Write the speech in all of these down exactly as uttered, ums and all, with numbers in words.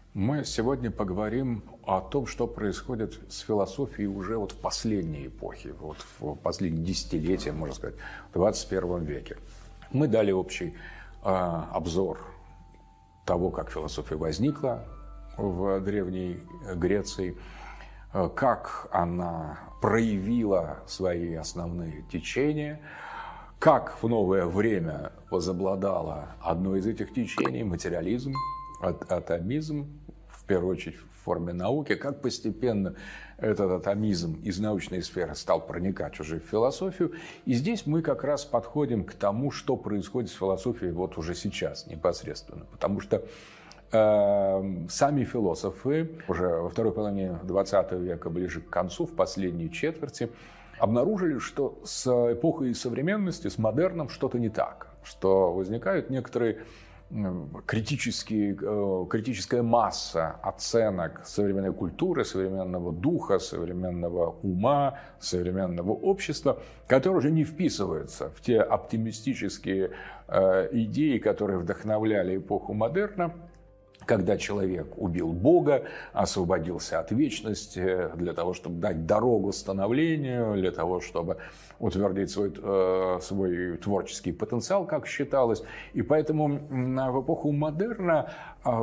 Мы сегодня поговорим о том, что происходит с философией уже вот в последней эпохе, вот в последние десятилетия, можно сказать, в двадцать первом веке. Мы дали общий э, обзор того, как философия возникла в Древней Греции, э, как она проявила свои основные течения, как в новое время возобладало одно из этих течений – материализм, атомизм, в первую очередь в форме науки, как постепенно этот атомизм из научной сферы стал проникать уже в философию. И здесь мы как раз подходим к тому, что происходит с философией вот уже сейчас непосредственно. Потому что э, сами философы уже во второй половине двадцатого века, ближе к концу, в последней четверти, обнаружили, что с эпохой современности, с модерном что-то не так, что возникают некоторые критические, критическая масса оценок современной культуры, современного духа, современного ума, современного общества, которые уже не вписываются в те оптимистические идеи, которые вдохновляли эпоху модерна, когда человек убил Бога, освободился от вечности для того, чтобы дать дорогу становлению, для того, чтобы утвердить свой, свой творческий потенциал, как считалось. И поэтому в эпоху модерна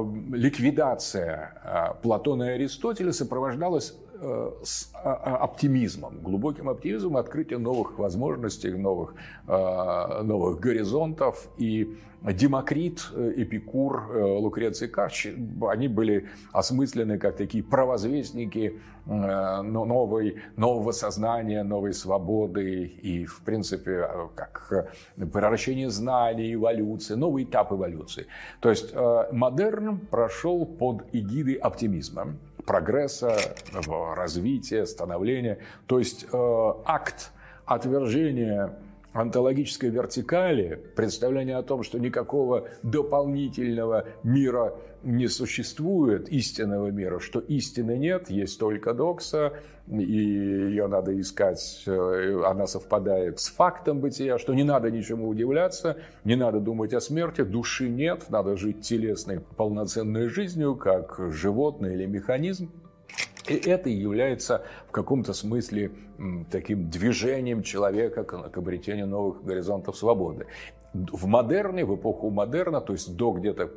ликвидация Платона и Аристотеля сопровождалась с оптимизмом, глубоким оптимизмом, открытием новых возможностей, новых, новых горизонтов. И Демокрит, Эпикур, Лукреций Карч, они были осмыслены как такие провозвестники новой, нового сознания, новой свободы и, в принципе, как превращение знаний, эволюции, новый этап эволюции. То есть модерн прошел под эгидой оптимизма, прогресса, развития, становления. То есть э, акт отвержения онтологической вертикали, представление о том, что никакого дополнительного мира не существует, истинного мира, что истины нет, есть только докса, и ее надо искать, она совпадает с фактом бытия, что не надо ничему удивляться, не надо думать о смерти, души нет, надо жить телесной полноценной жизнью, как животное или механизм. И это является в каком-то смысле таким движением человека к обретению новых горизонтов свободы. В модерне, в эпоху модерна, то есть до где-то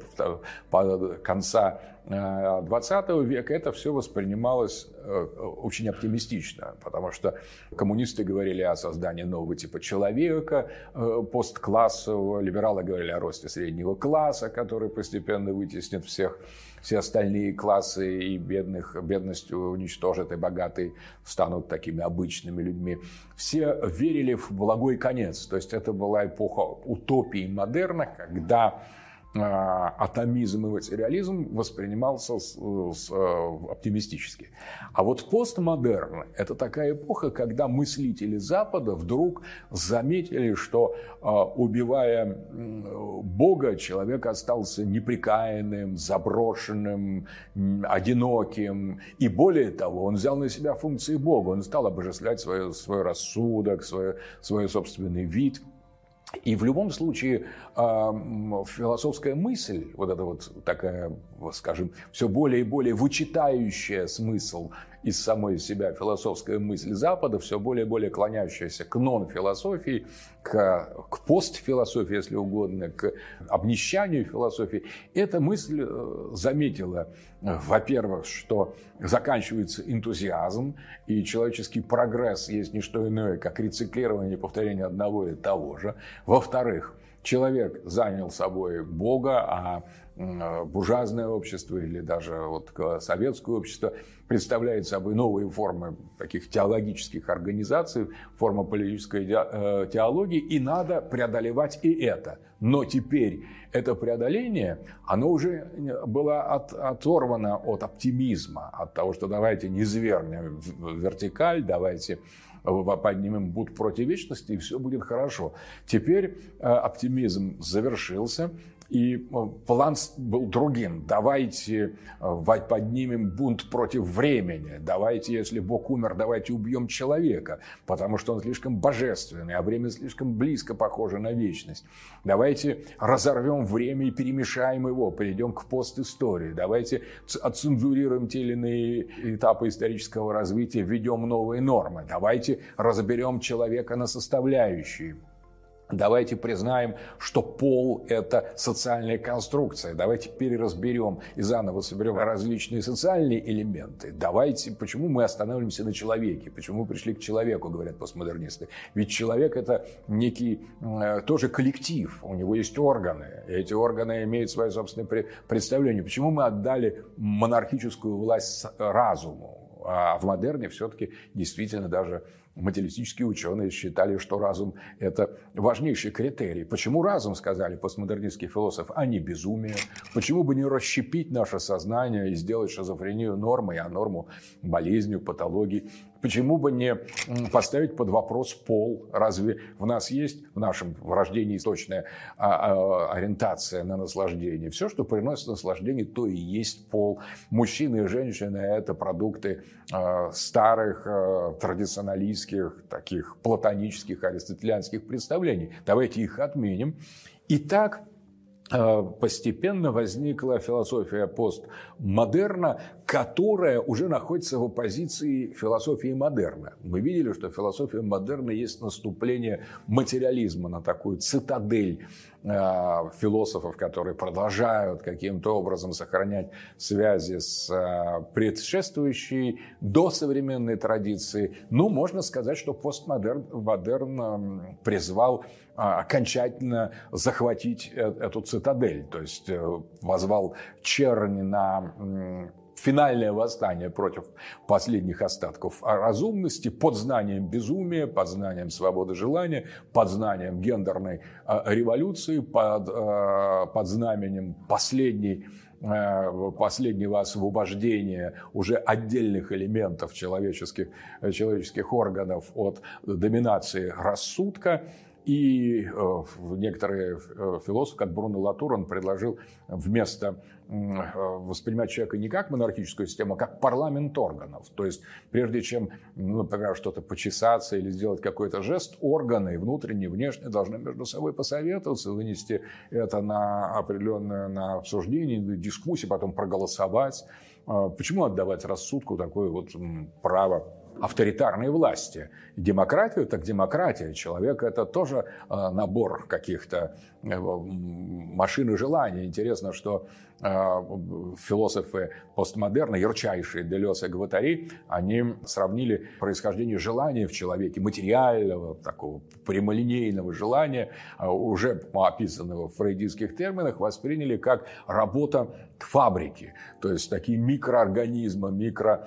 конца двадцатого века, это все воспринималось очень оптимистично, потому что коммунисты говорили о создании нового типа человека, постклассового, либералы говорили о росте среднего класса, который постепенно вытеснит всех, все остальные классы и бедных, бедность уничтожит, и богатые станут такими обычными людьми. Все верили в благой конец, то есть это была эпоха утопии модерна, когда атомизм и материализм воспринимался с, с, оптимистически. А вот постмодерн – это такая эпоха, когда мыслители Запада вдруг заметили, что, убивая Бога, человек остался неприкаянным, заброшенным, одиноким. И более того, он взял на себя функции Бога, он стал обожествлять свой, свой рассудок, свой, свой собственный вид. И в любом случае философская мысль, вот эта вот такая, скажем, все более и более вычитающая смысл из самой себя философская мысль Запада, все более и более клонящаяся к нон-философии, к, к постфилософии, если угодно, к обнищанию философии, эта мысль заметила, во-первых, что заканчивается энтузиазм, и человеческий прогресс есть не что иное, как рециклирование и повторение одного и того же. Во-вторых, человек занял собой Бога, а буржуазное общество или даже вот советское общество представляет собой новые формы таких теологических организаций, форма политической теологии, и надо преодолевать и это. Но теперь это преодоление, оно уже было от, оторвано от оптимизма, от того, что давайте не звернем вертикаль, давайте поднимем бунт против вечности, и все будет хорошо. Теперь оптимизм завершился, И план был другим. Давайте поднимем бунт против времени. Давайте, если Бог умер, давайте убьем человека, потому что он слишком божественный, а время слишком близко похоже на вечность. Давайте разорвем время и перемешаем его, перейдем к постистории. Давайте отцензурируем те или иные этапы исторического развития, введем новые нормы. Давайте разберем человека на составляющие. Давайте признаем, что пол – это социальная конструкция. Давайте переразберем и заново соберем различные социальные элементы. Давайте, почему мы останавливаемся на человеке? Почему мы пришли к человеку, говорят постмодернисты? Ведь человек – это некий э, тоже коллектив. У него есть органы. И эти органы имеют свое собственное представление. Почему мы отдали монархическую власть разуму? А в модерне все-таки действительно даже материалистические ученые считали, что разум – это важнейший критерий. Почему разум, сказали постмодернистские философы, а не безумие? Почему бы не расщепить наше сознание и сделать шизофрению нормой, а норму болезнью, патологией? Почему бы не поставить под вопрос пол? Разве в нас есть, в нашем врождении, точная ориентация на наслаждение? Все, что приносит наслаждение, то и есть пол. Мужчины и женщины – это продукты старых традиционалистских, таких платонических, аристотелианских представлений. Давайте их отменим. И так постепенно возникла философия постмодерна, которая уже находится в оппозиции философии модерна. Мы видели, что философия модерна есть наступление материализма на такую цитадель философов, которые продолжают каким-то образом сохранять связи с предшествующей досовременной традицией. Ну, можно сказать, что постмодерн модерн призвал окончательно захватить эту цитадель, то есть возвал черни на финальное восстание против последних остатков разумности под знанием безумия, под знанием свободы желания, под знанием гендерной революции, под, под знаменем последней, последнего освобождения уже отдельных элементов человеческих, человеческих органов от доминации рассудка. И некоторые философы, как Бруно Латур, он предложил вместо воспринимать человека не как монархическую систему, а как парламент органов. То есть, прежде чем, например, что-то почесаться или сделать какой-то жест, органы, внутренние, внешние, должны между собой посоветоваться, вынести это на определенное на обсуждение, на дискуссию, потом проголосовать. Почему отдавать рассудку такое вот право авторитарной власти? Демократию, так демократия. Человек – это тоже набор каких-то машин и желаний. Интересно, что философы постмодерна, ярчайшие Делез и Гваттари, они сравнили происхождение желания в человеке, материального, такого прямолинейного желания, уже описанного в фрейдистских терминах, восприняли как работа фабрики. То есть такие микроорганизмы, микро,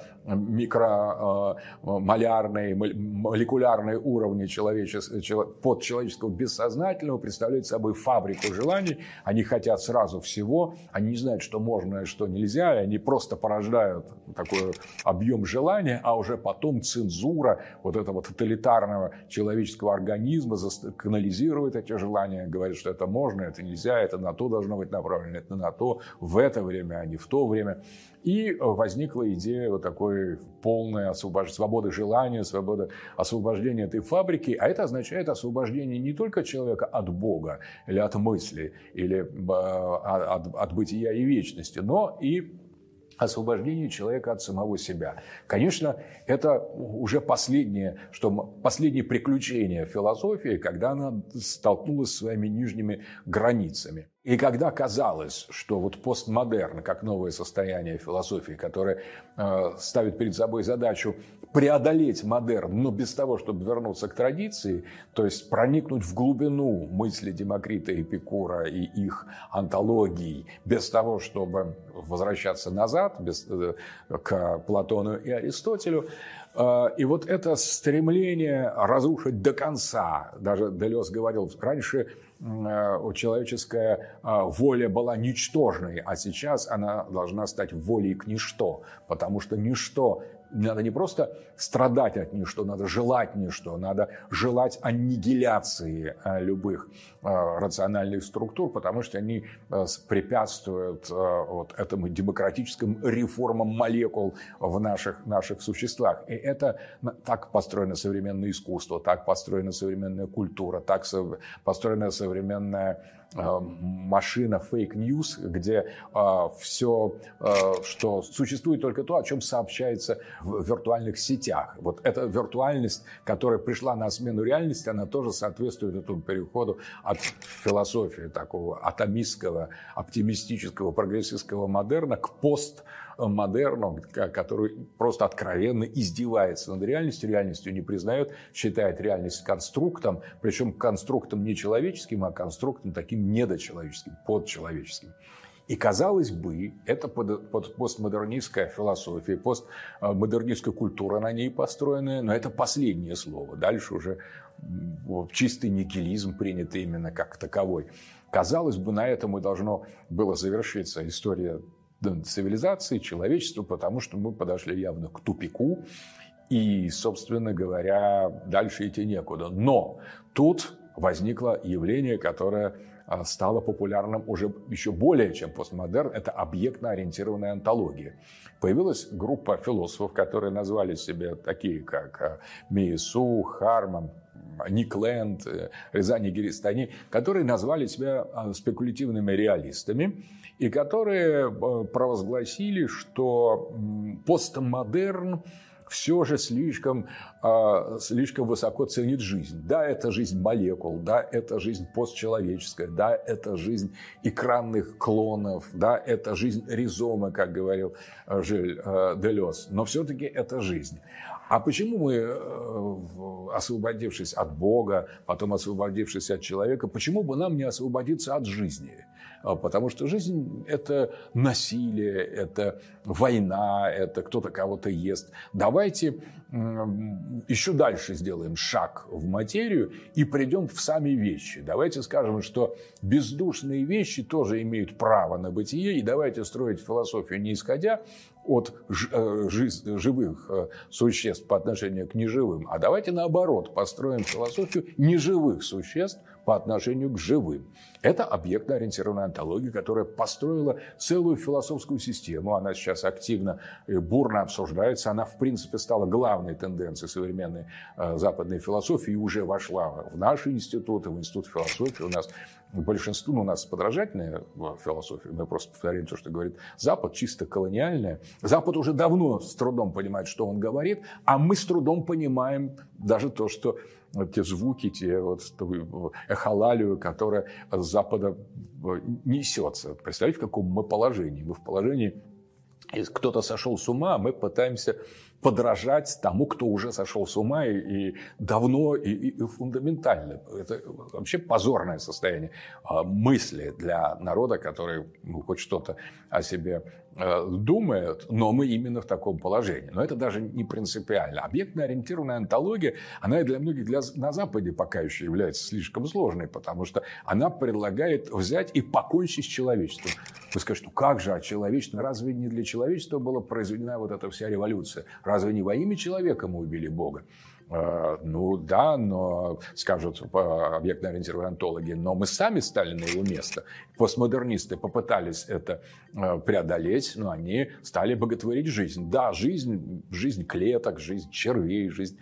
микромолярные, молекулярные уровни подчеловеческого бессознательного представляют собой фабрику желаний. Они хотят сразу всего, они не знают, что можно и что нельзя, и они просто порождают такой объем желания, а уже потом цензура вот этого тоталитарного человеческого организма канализирует эти желания, говорит, что это можно, это нельзя, это на то должно быть направлено, это на то, в это время, а не в то время. И возникла идея вот такой полной освобож... свободы желания, свободы освобождения этой фабрики. А это означает освобождение не только человека от Бога, или от мысли, или от, от бытия и вечности, но и освобождение человека от самого себя. Конечно, это уже последнее, что, последнее приключение философии, когда она столкнулась с своими нижними границами. И когда казалось, что вот постмодерн, как новое состояние философии, которое э, ставит перед собой задачу преодолеть модерн, но без того, чтобы вернуться к традиции, то есть проникнуть в глубину мысли Демокрита и Эпикура и их антологий, без того, чтобы возвращаться назад без, э, к Платону и Аристотелю. Э, и вот это стремление разрушить до конца, даже Делез говорил, раньше человеческая воля была ничтожной, а сейчас она должна стать волей к ничто, потому что ничто надо не просто страдать от ничто, надо желать ничто, надо желать аннигиляции любых рациональных структур, потому что они препятствуют вот этому демократическим реформам молекул в наших, наших существах. И это так построено современное искусство, так построена современная культура, так построена современная машина фейк-ньюс, где э, все, э, что существует только то, о чем сообщается в виртуальных сетях. Вот эта виртуальность, которая пришла на смену реальности, она тоже соответствует этому переходу от философии такого атомистского, оптимистического, прогрессистского модерна к постмодерну, который просто откровенно издевается над реальностью, реальностью не признает, считает реальность конструктом, причем конструктом не человеческим, а конструктом таким недочеловеческим, подчеловеческим. И, казалось бы, это постмодернистская философия, постмодернистская культура на ней построенная, но это последнее слово. Дальше уже чистый нигилизм принят именно как таковой. Казалось бы, на этом и должно было завершиться история цивилизации, человечества, потому что мы подошли явно к тупику. И, собственно говоря, дальше идти некуда. Но тут возникло явление, которое стало популярным уже еще более, чем постмодерн. Это объектно-ориентированная онтология. Появилась группа философов, которые назвали себя такие, как Миесу, Харман, Ник Лэнд, Резани Гиристани, которые назвали себя спекулятивными реалистами и которые провозгласили, что постмодерн все же слишком, слишком высоко ценит жизнь. Да, это жизнь молекул, да, это жизнь постчеловеческая, да, это жизнь экранных клонов, да, это жизнь ризомы, как говорил Жиль Делез, но все-таки это жизнь. А почему мы, освободившись от Бога, потом освободившись от человека, почему бы нам не освободиться от жизни? Потому что жизнь – это насилие, это война, это кто-то кого-то ест. Давайте еще дальше сделаем шаг в материю и придем в сами вещи. Давайте скажем, что бездушные вещи тоже имеют право на бытие, и давайте строить философию не исходя от живых существ по отношению к неживым, а давайте наоборот построим философию неживых существ по отношению к живым. Это объектно-ориентированная онтология, которая построила целую философскую систему. Она сейчас активно и бурно обсуждается. Она, в принципе, стала главной тенденцией современной западной философии и уже вошла в наши институты, в институт философии. У нас большинство, ну, у нас подражательная философия, мы просто повторяем то, что говорит Запад, чисто колониальная. Запад уже давно с трудом понимает, что он говорит, а мы с трудом понимаем даже то, что те звуки, те вот эхолалию, которая с Запада несется. Представляете, в каком мы положении? Мы в положении, если кто-то сошел с ума, мы пытаемся подражать тому, кто уже сошел с ума и, и давно, и, и, и фундаментально. Это вообще позорное состояние мысли для народа, который ну, хоть что-то о себе э, думает, но мы именно в таком положении. Но это даже не принципиально. Объектно-ориентированная онтология, она и для многих для, на Западе пока еще является слишком сложной, потому что она предлагает взять и покончить с человечеством. Вы скажете, ну как же, а человечество, разве не для человечества была произведена вот эта вся революция? Разве не во имя человека мы убили Бога? Ну да, но, скажут объектно-ориентированные онтологи, но мы сами стали на его место. Постмодернисты попытались это преодолеть, но они стали боготворить жизнь. Да, жизнь, жизнь клеток, жизнь червей, жизнь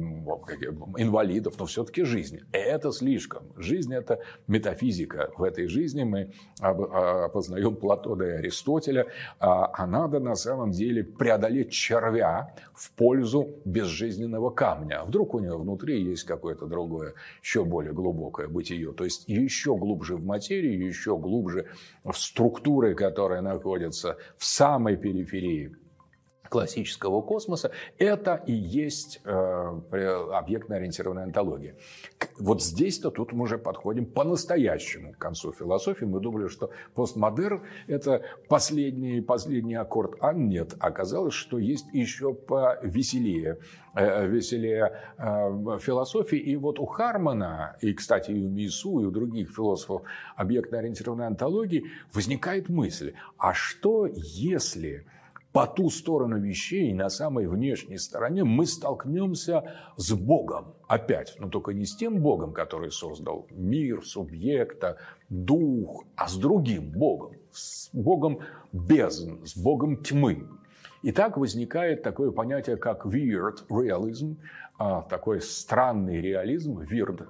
инвалидов, но все-таки жизнь. Это слишком. Жизнь – это метафизика. В этой жизни мы опознаем Платона и Аристотеля, а надо на самом деле преодолеть червя в пользу безжизненного камня. А вдруг у него внутри есть какое-то другое, еще более глубокое бытие. То есть еще глубже в материи, еще глубже в структуры, которые находятся в самой периферии классического космоса, это и есть э, объектно-ориентированная онтология. Вот здесь-то тут мы уже подходим по-настоящему к концу философии. Мы думали, что постмодерн – это последний, последний аккорд, а нет. Оказалось, что есть еще повеселее э, веселее э, философии. И вот у Хармана, и, кстати, и у Миесу, и у других философов объектно-ориентированной онтологии возникает мысль, а что если по ту сторону вещей, на самой внешней стороне, мы столкнемся с Богом. Опять, но только не с тем Богом, который создал мир, субъекта, дух, а с другим Богом. С Богом бездн, с Богом тьмы. И так возникает такое понятие, как weird realism, такой странный реализм, weird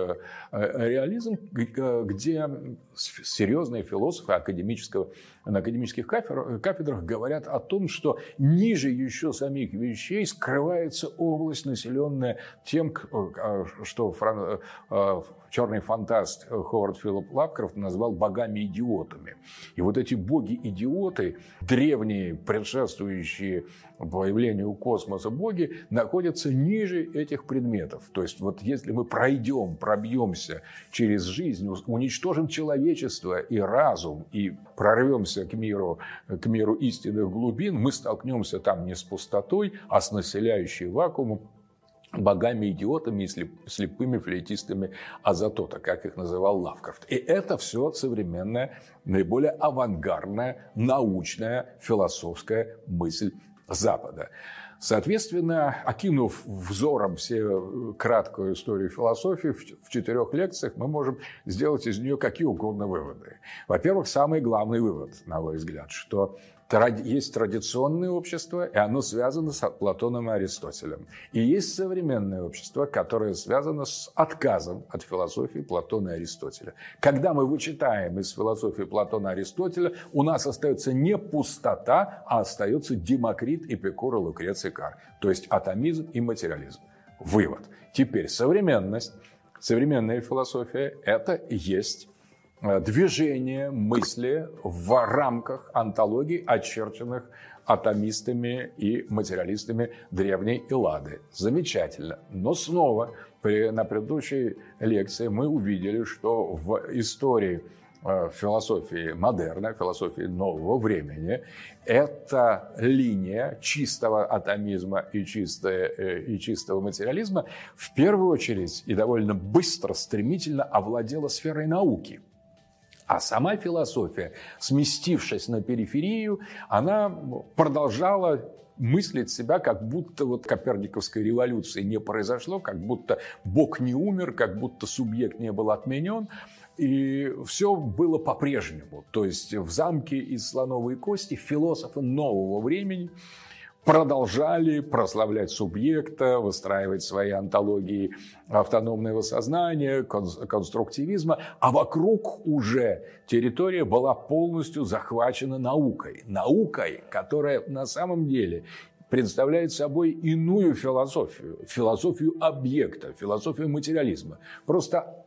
реализм, где серьезные философы академического, на академических кафедрах говорят о том, что ниже еще самих вещей скрывается область, населенная тем, что черный фантаст Ховард Филип Лавкрафт назвал богами-идиотами. И вот эти боги-идиоты, древние, предшествующие появлению космоса боги, находятся ниже этих предметов. То есть, вот если мы пройдем, пробьемся через жизнь, уничтожим человечество и разум, и прорвемся к миру, к миру истинных глубин, мы столкнемся там не с пустотой, а с населяющей вакуумом богами-идиотами и слепыми флейтистами Азатота, как их называл Лавкрафт. И это все современная, наиболее авангардная, научная, философская мысль Запада. Соответственно, окинув взором все краткую историю философии в четырех лекциях, мы можем сделать из нее какие угодно выводы. Во-первых, самый главный вывод, на мой взгляд, что есть традиционное общество, и оно связано с Платоном и Аристотелем. И есть современное общество, которое связано с отказом от философии Платона и Аристотеля. Когда мы вычитаем из философии Платона и Аристотеля, у нас остается не пустота, а остается Демокрит, Эпикур и Лукреций Кар. То есть атомизм и материализм. Вывод. Теперь современность, современная философия – это и есть движение мысли в рамках антологий, очерченных атомистами и материалистами древней Эллады. Замечательно. Но снова при, на предыдущей лекции мы увидели, что в истории философии модерна, философии нового времени, эта линия чистого атомизма и, чистое, и чистого материализма в первую очередь и довольно быстро, стремительно овладела сферой науки. А сама философия, сместившись на периферию, она продолжала мыслить себя, как будто вот Коперниковской революции не произошло, как будто Бог не умер, как будто субъект не был отменен. И все было по-прежнему. То есть в замке из слоновой кости философы нового времени продолжали прославлять субъекта, выстраивать свои антологии автономного сознания, конструктивизма, а вокруг уже территория была полностью захвачена наукой. Наукой, которая на самом деле представляет собой иную философию, философию объекта, философию материализма. Просто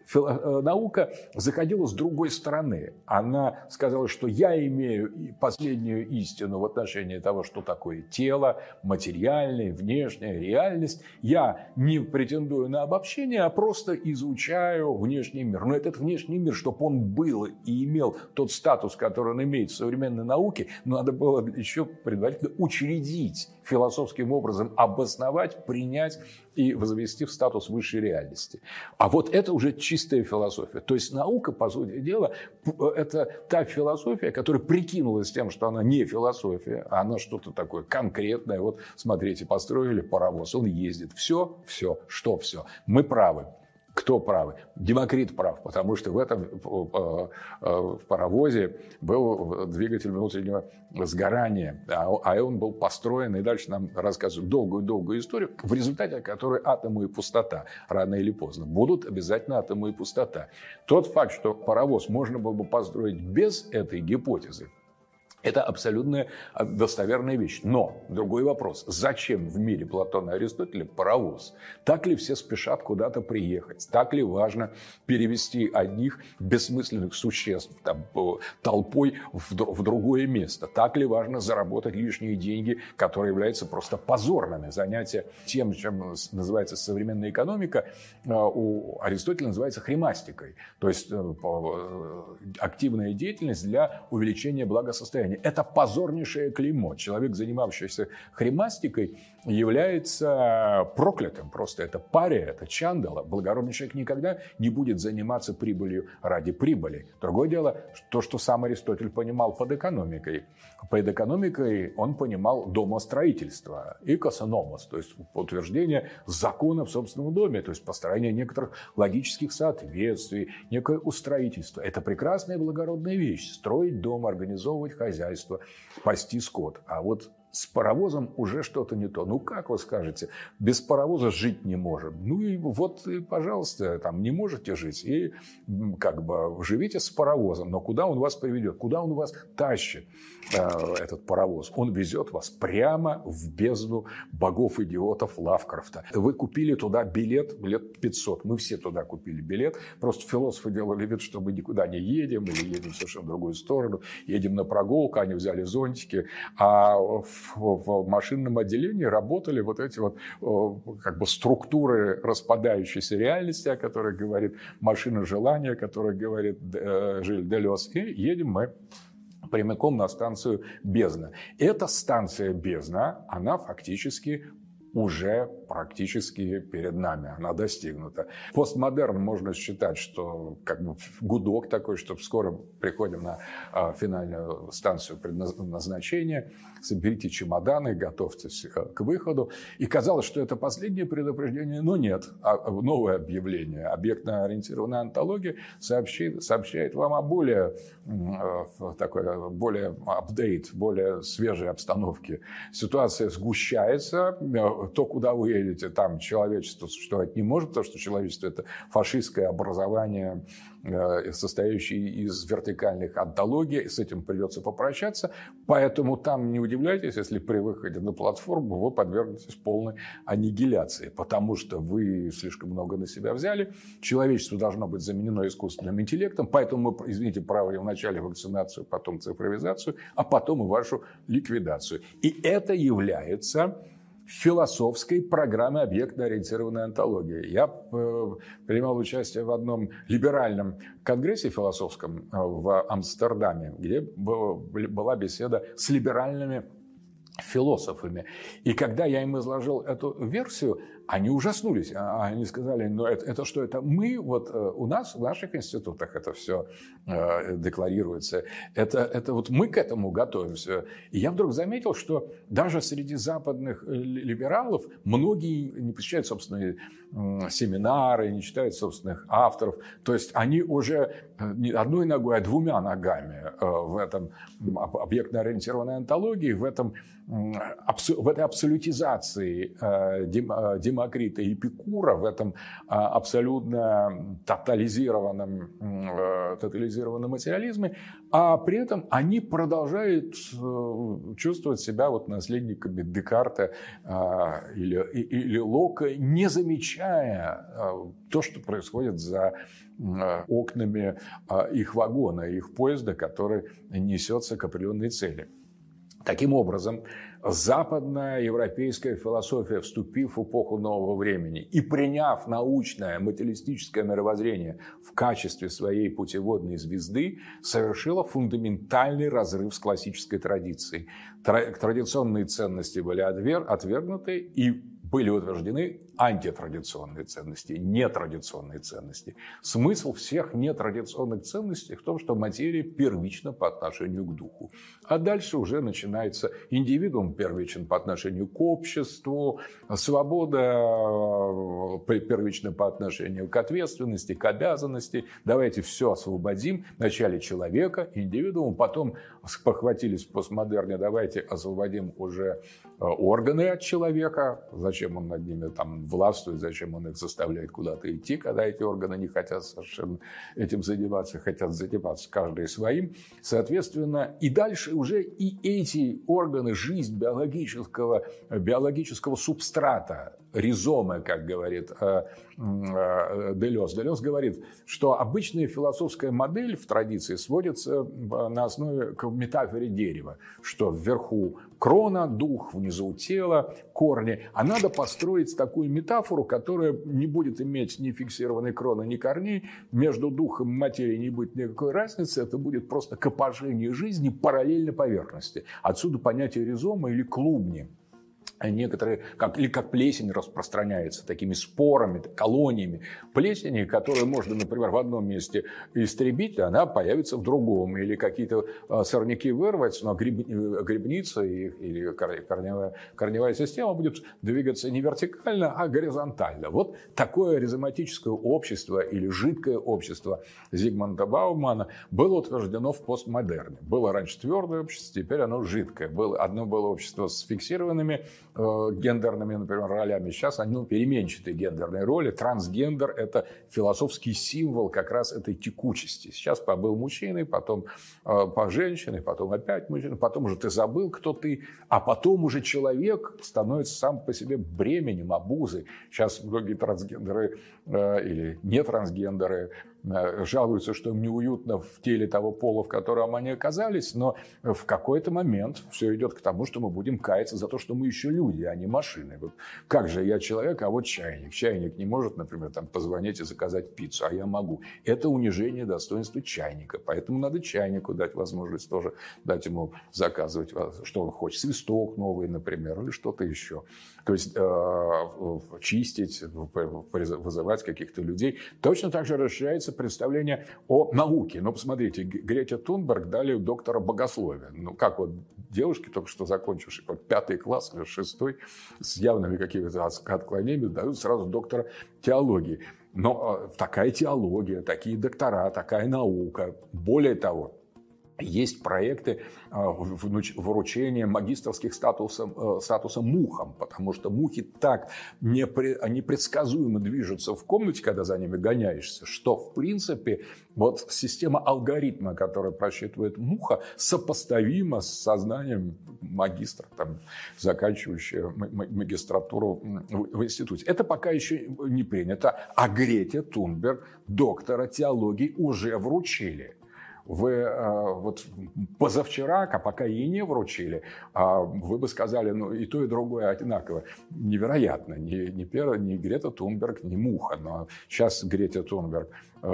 наука заходила с другой стороны. Она сказала, что я имею последнюю истину в отношении того, что такое тело, материальное, внешняя реальность. Я не претендую на обобщение, а просто изучаю внешний мир. Но этот внешний мир, чтобы он был и имел тот статус, который он имеет в современной науке, надо было еще предварительно учредить, философским образом обосновать, принять и возвести в статус высшей реальности. А вот это уже чистая философия. То есть наука, по сути дела, это та философия, которая прикинулась тем, что она не философия, а она что-то такое конкретное. Вот смотрите, построили паровоз, он ездит. Все, все, что все? Мы правы. Кто правы? Демокрит прав, потому что в этом в паровозе был двигатель внутреннего сгорания, а он был построен, и дальше нам рассказывают долгую-долгую историю, в результате которой атомы и пустота рано или поздно будут обязательно атомы и пустота. Тот факт, что паровоз можно было бы построить без этой гипотезы, это абсолютно достоверная вещь. Но другой вопрос. Зачем в мире Платона и Аристотеля паровоз? Так ли все спешат куда-то приехать? Так ли важно перевести одних бессмысленных существ там, толпой в, в другое место? Так ли важно заработать лишние деньги, которые являются просто позорными? Занятие тем, чем называется современная экономика, у Аристотеля называется хремастикой. То есть активная деятельность для увеличения благосостояния. хремами. Это позорнейшее клеймо. Человек, занимавшийся хремастикой, является проклятым просто. Это пария, это чандала. Благородный человек никогда не будет заниматься прибылью ради прибыли. Другое дело, то, что сам Аристотель понимал под экономикой. Под экономикой он понимал домостроительство, икосономос, то есть утверждение закона в собственном доме, то есть построение некоторых логических соответствий, некое устроительство. Это прекрасная благородная вещь. Строить дом, организовывать хозяйство, пасти скот. А вот с паровозом уже что-то не то. Ну, как вы скажете, без паровоза жить не можем. Ну, и вот, и, пожалуйста, там не можете жить. И как бы живите с паровозом. Но куда он вас приведет? Куда он вас тащит, э, этот паровоз? Он везет вас прямо в бездну богов-идиотов Лавкрафта. Вы купили туда билет лет пятьсот. Мы все туда купили билет. Просто философы делали вид, что мы никуда не едем. Или едем в совершенно другую сторону. Едем на прогулку. Они взяли зонтики. А в машинном отделении работали вот эти вот как бы структуры распадающейся реальности, о которой говорит машина желания, о которой говорит Жиль Делез. И едем мы прямиком на станцию Бездна. Эта станция Бездна, она фактически уже практически перед нами, она достигнута. Постмодерн можно считать, что как бы гудок такой, что скоро приходим на а, финальную станцию предназначения, соберите чемоданы, готовьтесь к выходу. И казалось, что это последнее предупреждение, но нет. А, новое объявление. Объектно-ориентированная онтология сообщит, сообщает вам о более э, такой, более апдейт, более свежей обстановке. Ситуация сгущается. То, куда вы едете, там человечество существовать не может, потому что человечество – это фашистское образование, состоящее из вертикальных онтологий, и с этим придется попрощаться. Поэтому там не удивляйтесь, если при выходе на платформу вы подвергнетесь полной аннигиляции, потому что вы слишком много на себя взяли. Человечество должно быть заменено искусственным интеллектом, поэтому мы, извините, проводим вначале вакцинацию, потом цифровизацию, а потом и вашу ликвидацию. И это является философской программы объектно-ориентированной онтологии. Я э, принимал участие в одном либеральном конгрессе философском э, в Амстердаме, где было, была беседа с либеральными философами. И когда я им изложил эту версию, они ужаснулись. Они сказали, ну это, это что, это мы, вот у нас, в наших институтах это все э, декларируется. Это, это вот мы к этому готовимся. И я вдруг заметил, что даже среди западных либералов многие не посещают собственные э, семинары, не читают собственных авторов. То есть они уже не одной ногой, а двумя ногами э, в этом объектно-ориентированной онтологии, в этом в этой абсолютизации Демокрита и Эпикура, в этом абсолютно тотализированном, тотализированном материализме, а при этом они продолжают чувствовать себя вот наследниками Декарта или, или Лока, не замечая то, что происходит за окнами их вагона, их поезда, который несется к определенной цели. Таким образом, западная европейская философия, вступив в эпоху нового времени и приняв научное материалистическое мировоззрение в качестве своей путеводной звезды, совершила фундаментальный разрыв с классической традицией. Традиционные ценности были отвергнуты и были утверждены антитрадиционные ценности, нетрадиционные ценности. Смысл всех нетрадиционных ценностей в том, что материя первична по отношению к духу. А дальше уже начинается индивидуум первичен по отношению к обществу, свобода первична по отношению к ответственности, к обязанности. Давайте все освободим. Вначале человека, индивидуум, потом похватились в постмодерне, давайте освободим уже органы от человека. Зачем он над ними там властвует, зачем он их заставляет куда-то идти, когда эти органы не хотят совершенно этим заниматься, хотят заниматься каждый своим. Соответственно, и дальше уже и эти органы, жизнь биологического, биологического субстрата, ризомы, как говорит Делез. Делез говорит, что обычная философская модель в традиции сводится на основе к метафоре дерева, что вверху крона, дух, внизу тело, корни. А надо построить такую метафору, которая не будет иметь ни фиксированной кроны, ни корней. Между духом и материей не будет никакой разницы. Это будет просто копошение жизни параллельно поверхности. Отсюда понятие ризома или клубни. Некоторые, как, или как плесень распространяется такими спорами, колониями плесени, которые можно, например, в одном месте истребить, а она появится в другом. Или какие-то сорняки вырвать, но грибница или корневая, корневая система будет двигаться не вертикально, а горизонтально. Вот такое ризоматическое общество или жидкое общество Зигмунда Баумана было утверждено в постмодерне. Было раньше твердое общество, теперь оно жидкое. Было, одно было общество с фиксированными гендерными, например, ролями. Сейчас они, ну, переменчатые гендерные роли. Трансгендер – это философский символ как раз этой текучести. Сейчас побыл мужчиной, потом э, по женщине, потом опять мужчина, потом уже ты забыл, кто ты, а потом уже человек становится сам по себе бременем, обузой. Сейчас многие трансгендеры э, или не трансгендеры жалуются, что им неуютно в теле того пола, в котором они оказались, но в какой-то момент все идет к тому, что мы будем каяться за то, что мы еще люди, а не машины. Вот как же я человек, а вот чайник. Чайник не может, например, там, позвонить и заказать пиццу, а я могу. Это унижение достоинства чайника. Поэтому надо чайнику дать возможность тоже дать ему заказывать, что он хочет. Свисток новый, например, или что-то еще. То есть э, чистить, вызывать каких-то людей. Точно так же расширяется представление о науке. Ну, посмотрите, Грете Тунберг дали доктора богословия. Ну, как вот девушки, только что закончившие пятый класс или шестой, с явными какими-то отклонениями, дают сразу доктора теологии. Но такая теология, такие доктора, такая наука. Более того, есть проекты вручения магистерских статусов, статуса мухам, потому что мухи так непредсказуемо движутся в комнате, когда за ними гоняешься, что, в принципе, вот система алгоритма, которая просчитывает муха, сопоставима с сознанием магистра, там, заканчивающего магистратуру в институте. Это пока еще не принято, а Грете Тунберг доктора теологии уже вручили. Вы вот позавчера, а пока ей не вручили, вы бы сказали, ну и то, и другое одинаково. Невероятно. Ни, ни, Пера, ни Грета Тунберг, ни Муха. Но сейчас Грете Тунберг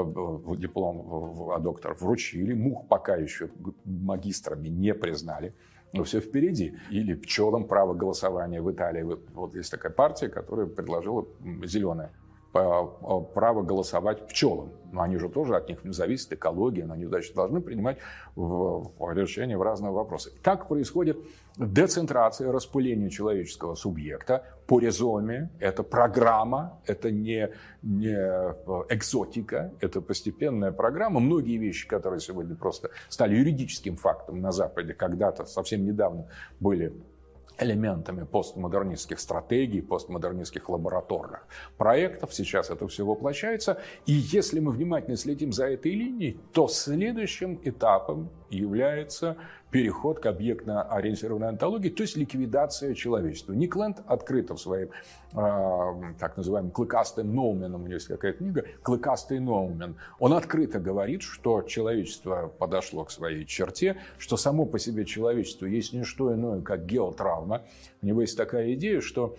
диплом о докторе вручили. Мух пока еще магистрами не признали. Но все впереди. Или пчелам право голосования в Италии. Вот есть такая партия, которая предложила, зеленая, право голосовать пчелам. Но они же тоже, от них зависит экология, но они значит, должны принимать в, в решение в разные вопросы. Так происходит децентрация, распыление человеческого субъекта по ризоме. Это программа, это не, не экзотика, это постепенная программа. Многие вещи, которые сегодня просто стали юридическим фактом на Западе, когда-то, совсем недавно, были элементами постмодернистских стратегий, постмодернистских лабораторных проектов. Сейчас это все воплощается. И если мы внимательно следим за этой линией, то следующим этапом является переход к объектно-ориентированной онтологии, то есть ликвидация человечества. Ник Лэнд открыто в своем э, так называемом клыкастым ноуменом, у него есть какая книга «Клыкастый ноумен», он открыто говорит, что человечество подошло к своей черте, что само по себе человечество есть не что иное, как геотравма. У него есть такая идея, что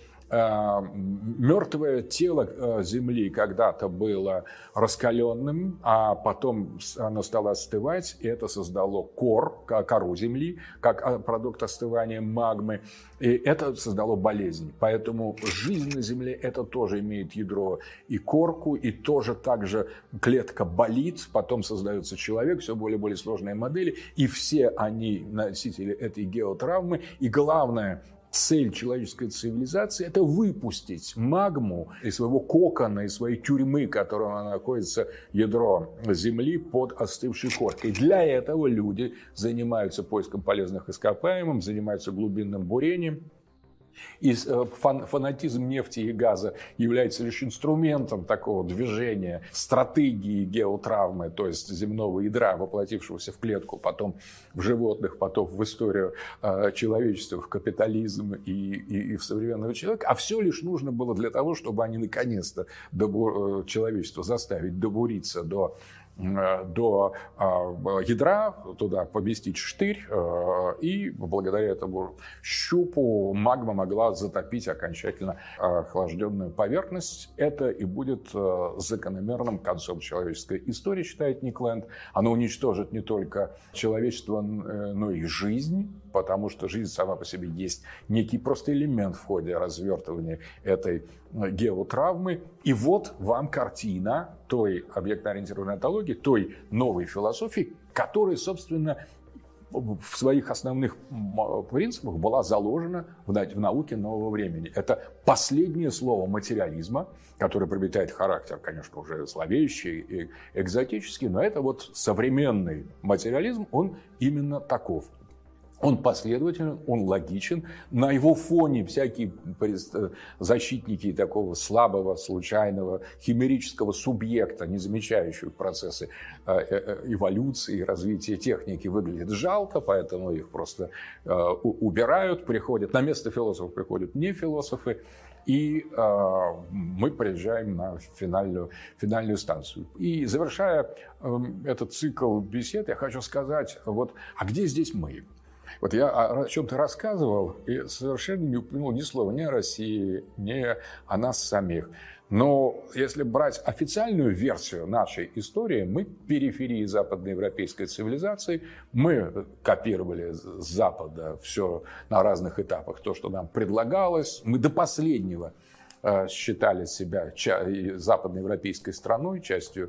мертвое тело Земли когда-то было раскаленным, а потом оно стало остывать, и это создало кор, кору Земли, как продукт остывания магмы, и это создало болезнь. Поэтому жизнь на Земле это тоже имеет ядро и корку, и тоже также клетка болит, потом создается человек, все более и более сложные модели, и все они носители этой геотравмы, и главное, цель человеческой цивилизации – это выпустить магму из своего кокона, из своей тюрьмы, в которой она находится, ядро Земли, под остывшей коркой. Для этого люди занимаются поиском полезных ископаемых, занимаются глубинным бурением. И фанатизм нефти и газа является лишь инструментом такого движения, стратегии геотравмы, то есть земного ядра, воплотившегося в клетку, потом в животных, потом в историю э, человечества, в капитализм и, и, и в современного человека. А все лишь нужно было для того, чтобы они наконец-то добу- человечество заставить добуриться до до ядра, туда поместить штырь, и благодаря этому щупу магма могла затопить окончательно охлажденную поверхность. Это и будет закономерным концом человеческой истории, считает Ник Лэнд. Оно уничтожит не только человечество, но и жизнь, потому что жизнь сама по себе есть некий просто элемент в ходе развертывания этой геотравмы. И вот вам картина той объектно-ориентированной онтологии, той новой философии, которая, собственно, в своих основных принципах была заложена в науке нового времени. Это последнее слово материализма, которое приобретает характер, конечно, уже зловещий и экзотический, но это вот современный материализм, он именно таков. Он последователен, он логичен. На его фоне всякие защитники такого слабого, случайного, химерического субъекта, не замечающего процессы эволюции, развития техники, выглядят жалко, поэтому их просто убирают, приходят. На место философов приходят не философы. И э, мы приезжаем на финальную, финальную станцию. И завершая э, этот цикл бесед, я хочу сказать, вот, а где здесь мы? Вот я о чем-то рассказывал и совершенно не упомянул ни слова ни о России, ни о нас самих. Но если брать официальную версию нашей истории, мы периферии западноевропейской цивилизации, мы копировали с Запада все на разных этапах, то, что нам предлагалось. Мы до последнего считали себя западноевропейской страной, частью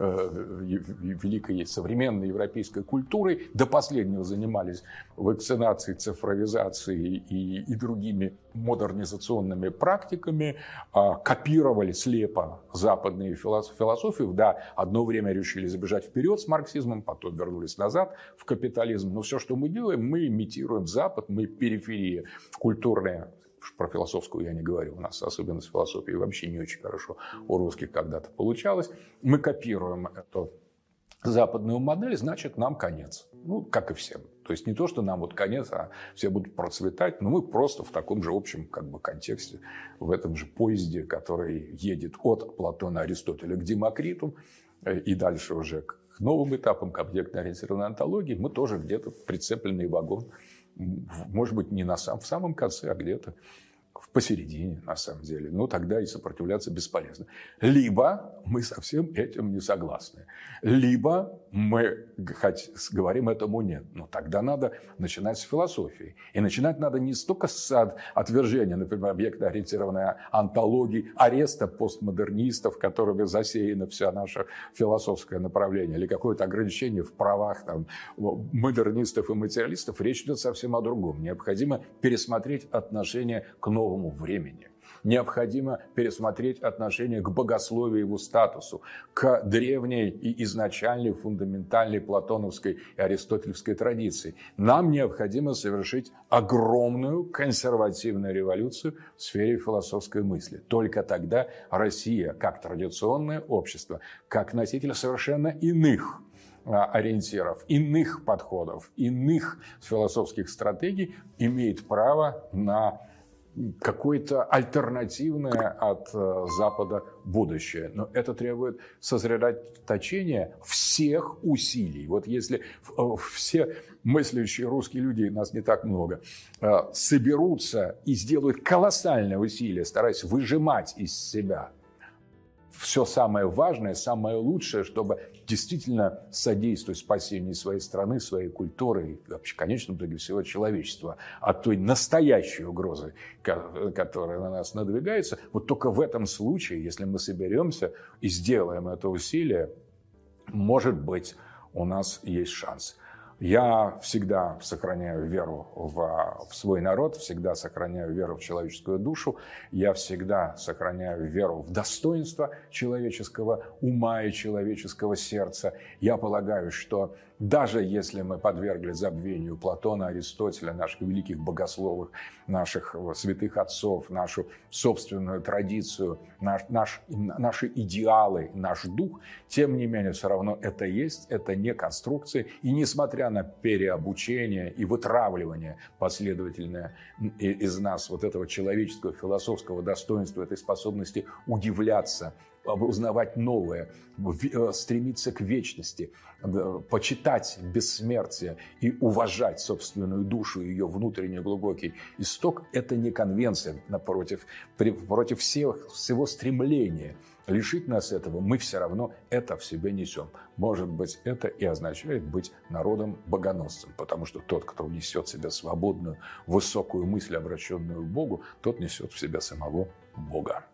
великой современной европейской культурой, до последнего занимались вакцинацией, цифровизацией и, и другими модернизационными практиками, копировали слепо западные философии. Да, одно время решили забежать вперед с марксизмом, потом вернулись назад в капитализм. Но все, что мы делаем, мы имитируем Запад, мы периферия культурная. Про философскую я не говорю. У нас особенность философии вообще не очень хорошо у русских когда-то получалось. Мы копируем эту западную модель, значит, нам конец. Ну, как и всем. То есть не то, что нам вот конец, а все будут процветать, но мы просто в таком же общем как бы контексте, в этом же поезде, который едет от Платона, Аристотеля к Демокриту и дальше уже к новым этапам, к объектно-ориентированной онтологии, мы тоже где-то прицепленный вагон. Может быть, не на сам, в самом конце, а где-то посередине, на самом деле. Но тогда и сопротивляться бесполезно. Либо мы со всем этим не согласны. Либо мы хоть говорим этому нет. Но тогда надо начинать с философии. И начинать надо не столько с отвержения, например, объектно-ориентированной онтологии, ареста постмодернистов, которыми засеяно все наше философское направление, или какое-то ограничение в правах там, модернистов и материалистов. Речь идет совсем о другом. Необходимо пересмотреть отношение к новому времени. Необходимо пересмотреть отношение к богословию и его статусу, к древней и изначальной фундаментальной платоновской и аристотельской традиции. Нам необходимо совершить огромную консервативную революцию в сфере философской мысли. Только тогда Россия, как традиционное общество, как носитель совершенно иных ориентиров, иных подходов, иных философских стратегий, имеет право на какое-то альтернативное от Запада будущее. Но это требует сосредоточения всех усилий. Вот если все мыслящие русские люди, нас не так много, соберутся и сделают колоссальное усилие, стараясь выжимать из себя все самое важное, самое лучшее, чтобы действительно содействовать спасению своей страны, своей культуры и вообще, в конечном итоге, всего человечества от той настоящей угрозы, которая на нас надвигается. Вот только в этом случае, если мы соберемся и сделаем это усилие, может быть, у нас есть шанс. Я всегда сохраняю веру в, в свой народ, всегда сохраняю веру в человеческую душу, я всегда сохраняю веру в достоинство человеческого ума и человеческого сердца. Я полагаю, что даже если мы подвергли забвению Платона, Аристотеля, наших великих богословов, наших святых отцов, нашу собственную традицию, наш, наш, наши идеалы, наш дух, тем не менее все равно это есть, это не конструкция. И несмотря на переобучение и вытравливание последовательное из нас вот этого человеческого философского достоинства, этой способности удивляться узнавать новое, стремиться к вечности, почитать бессмертие и уважать собственную душу, ее внутренний глубокий исток – это не конвенция, напротив, против всех, всего стремления лишить нас этого, мы все равно это в себе несем. Может быть, это и означает быть народом-богоносцем, потому что тот, кто несет в себе свободную, высокую мысль, обращенную к Богу, тот несет в себя самого Бога.